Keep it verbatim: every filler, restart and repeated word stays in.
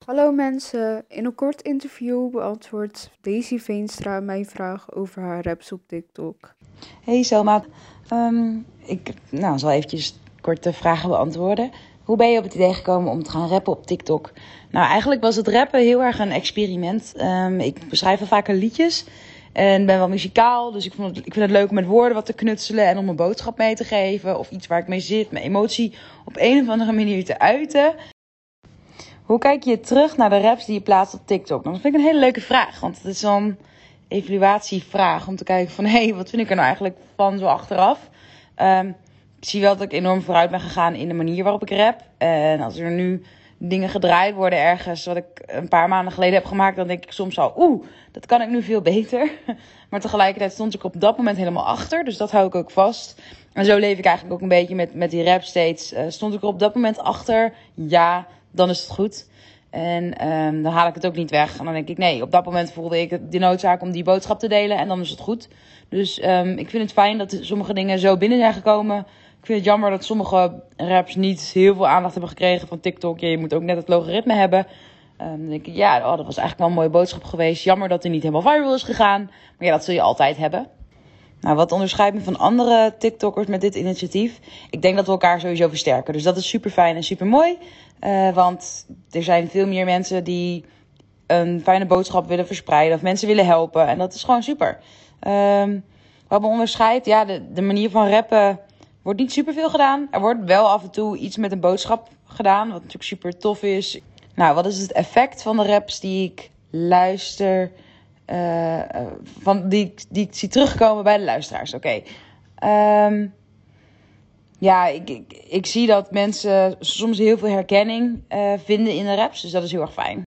Hallo mensen, in een kort interview beantwoordt Daisy Veenstra mijn vraag over haar raps op TikTok. Hey Selma, um, ik nou, zal eventjes korte vragen beantwoorden. Hoe ben je op het idee gekomen om te gaan rappen op TikTok? Nou, eigenlijk was het rappen heel erg een experiment. Um, ik beschrijf wel vaker liedjes en ben wel muzikaal. Dus ik, vond het, ik vind het leuk om met woorden wat te knutselen en om een boodschap mee te geven. Of iets waar ik mee zit, mijn emotie op een of andere manier te uiten. Hoe kijk je terug naar de raps die je plaatst op TikTok? Nou, dat vind ik een hele leuke vraag, want het is zo'n evaluatievraag om te kijken van, hé, hey, wat vind ik er nou eigenlijk van zo achteraf? Um, ik zie wel dat ik enorm vooruit ben gegaan in de manier waarop ik rap. En als er nu dingen gedraaid worden ergens wat ik een paar maanden geleden heb gemaakt, dan denk ik soms al, oeh, dat kan ik nu veel beter. Maar tegelijkertijd stond ik op dat moment helemaal achter, dus dat hou ik ook vast. En zo leef ik eigenlijk ook een beetje met, met die rap steeds. Uh, stond ik er op dat moment achter? Ja, dan is het goed. En um, dan haal ik het ook niet weg. En dan denk ik, nee, op dat moment voelde ik de noodzaak om die boodschap te delen. En dan is het goed. Dus um, ik vind het fijn dat sommige dingen zo binnen zijn gekomen. Ik vind het jammer dat sommige raps niet heel veel aandacht hebben gekregen van TikTok. Ja, je moet ook net het logaritme hebben. Um, dan denk ik, ja, oh, dat was eigenlijk wel een mooie boodschap geweest. Jammer dat hij niet helemaal viral is gegaan. Maar ja, dat zul je altijd hebben. Nou, wat onderscheidt me van andere TikTokkers met dit initiatief? Ik denk dat we elkaar sowieso versterken. Dus dat is super fijn en super mooi. Uh, want er zijn veel meer mensen die een fijne boodschap willen verspreiden. Of mensen willen helpen. En dat is gewoon super. Um, wat me onderscheidt? Ja, de, de manier van rappen wordt niet super veel gedaan. Er wordt wel af en toe iets met een boodschap gedaan. Wat natuurlijk super tof is. Nou, wat is het effect van de raps die ik luister? Uh, van die, die ik zie terugkomen bij de luisteraars. Oké. Okay. Um, ja, ik, ik, ik zie dat mensen soms heel veel herkenning uh, vinden in de raps. Dus dat is heel erg fijn.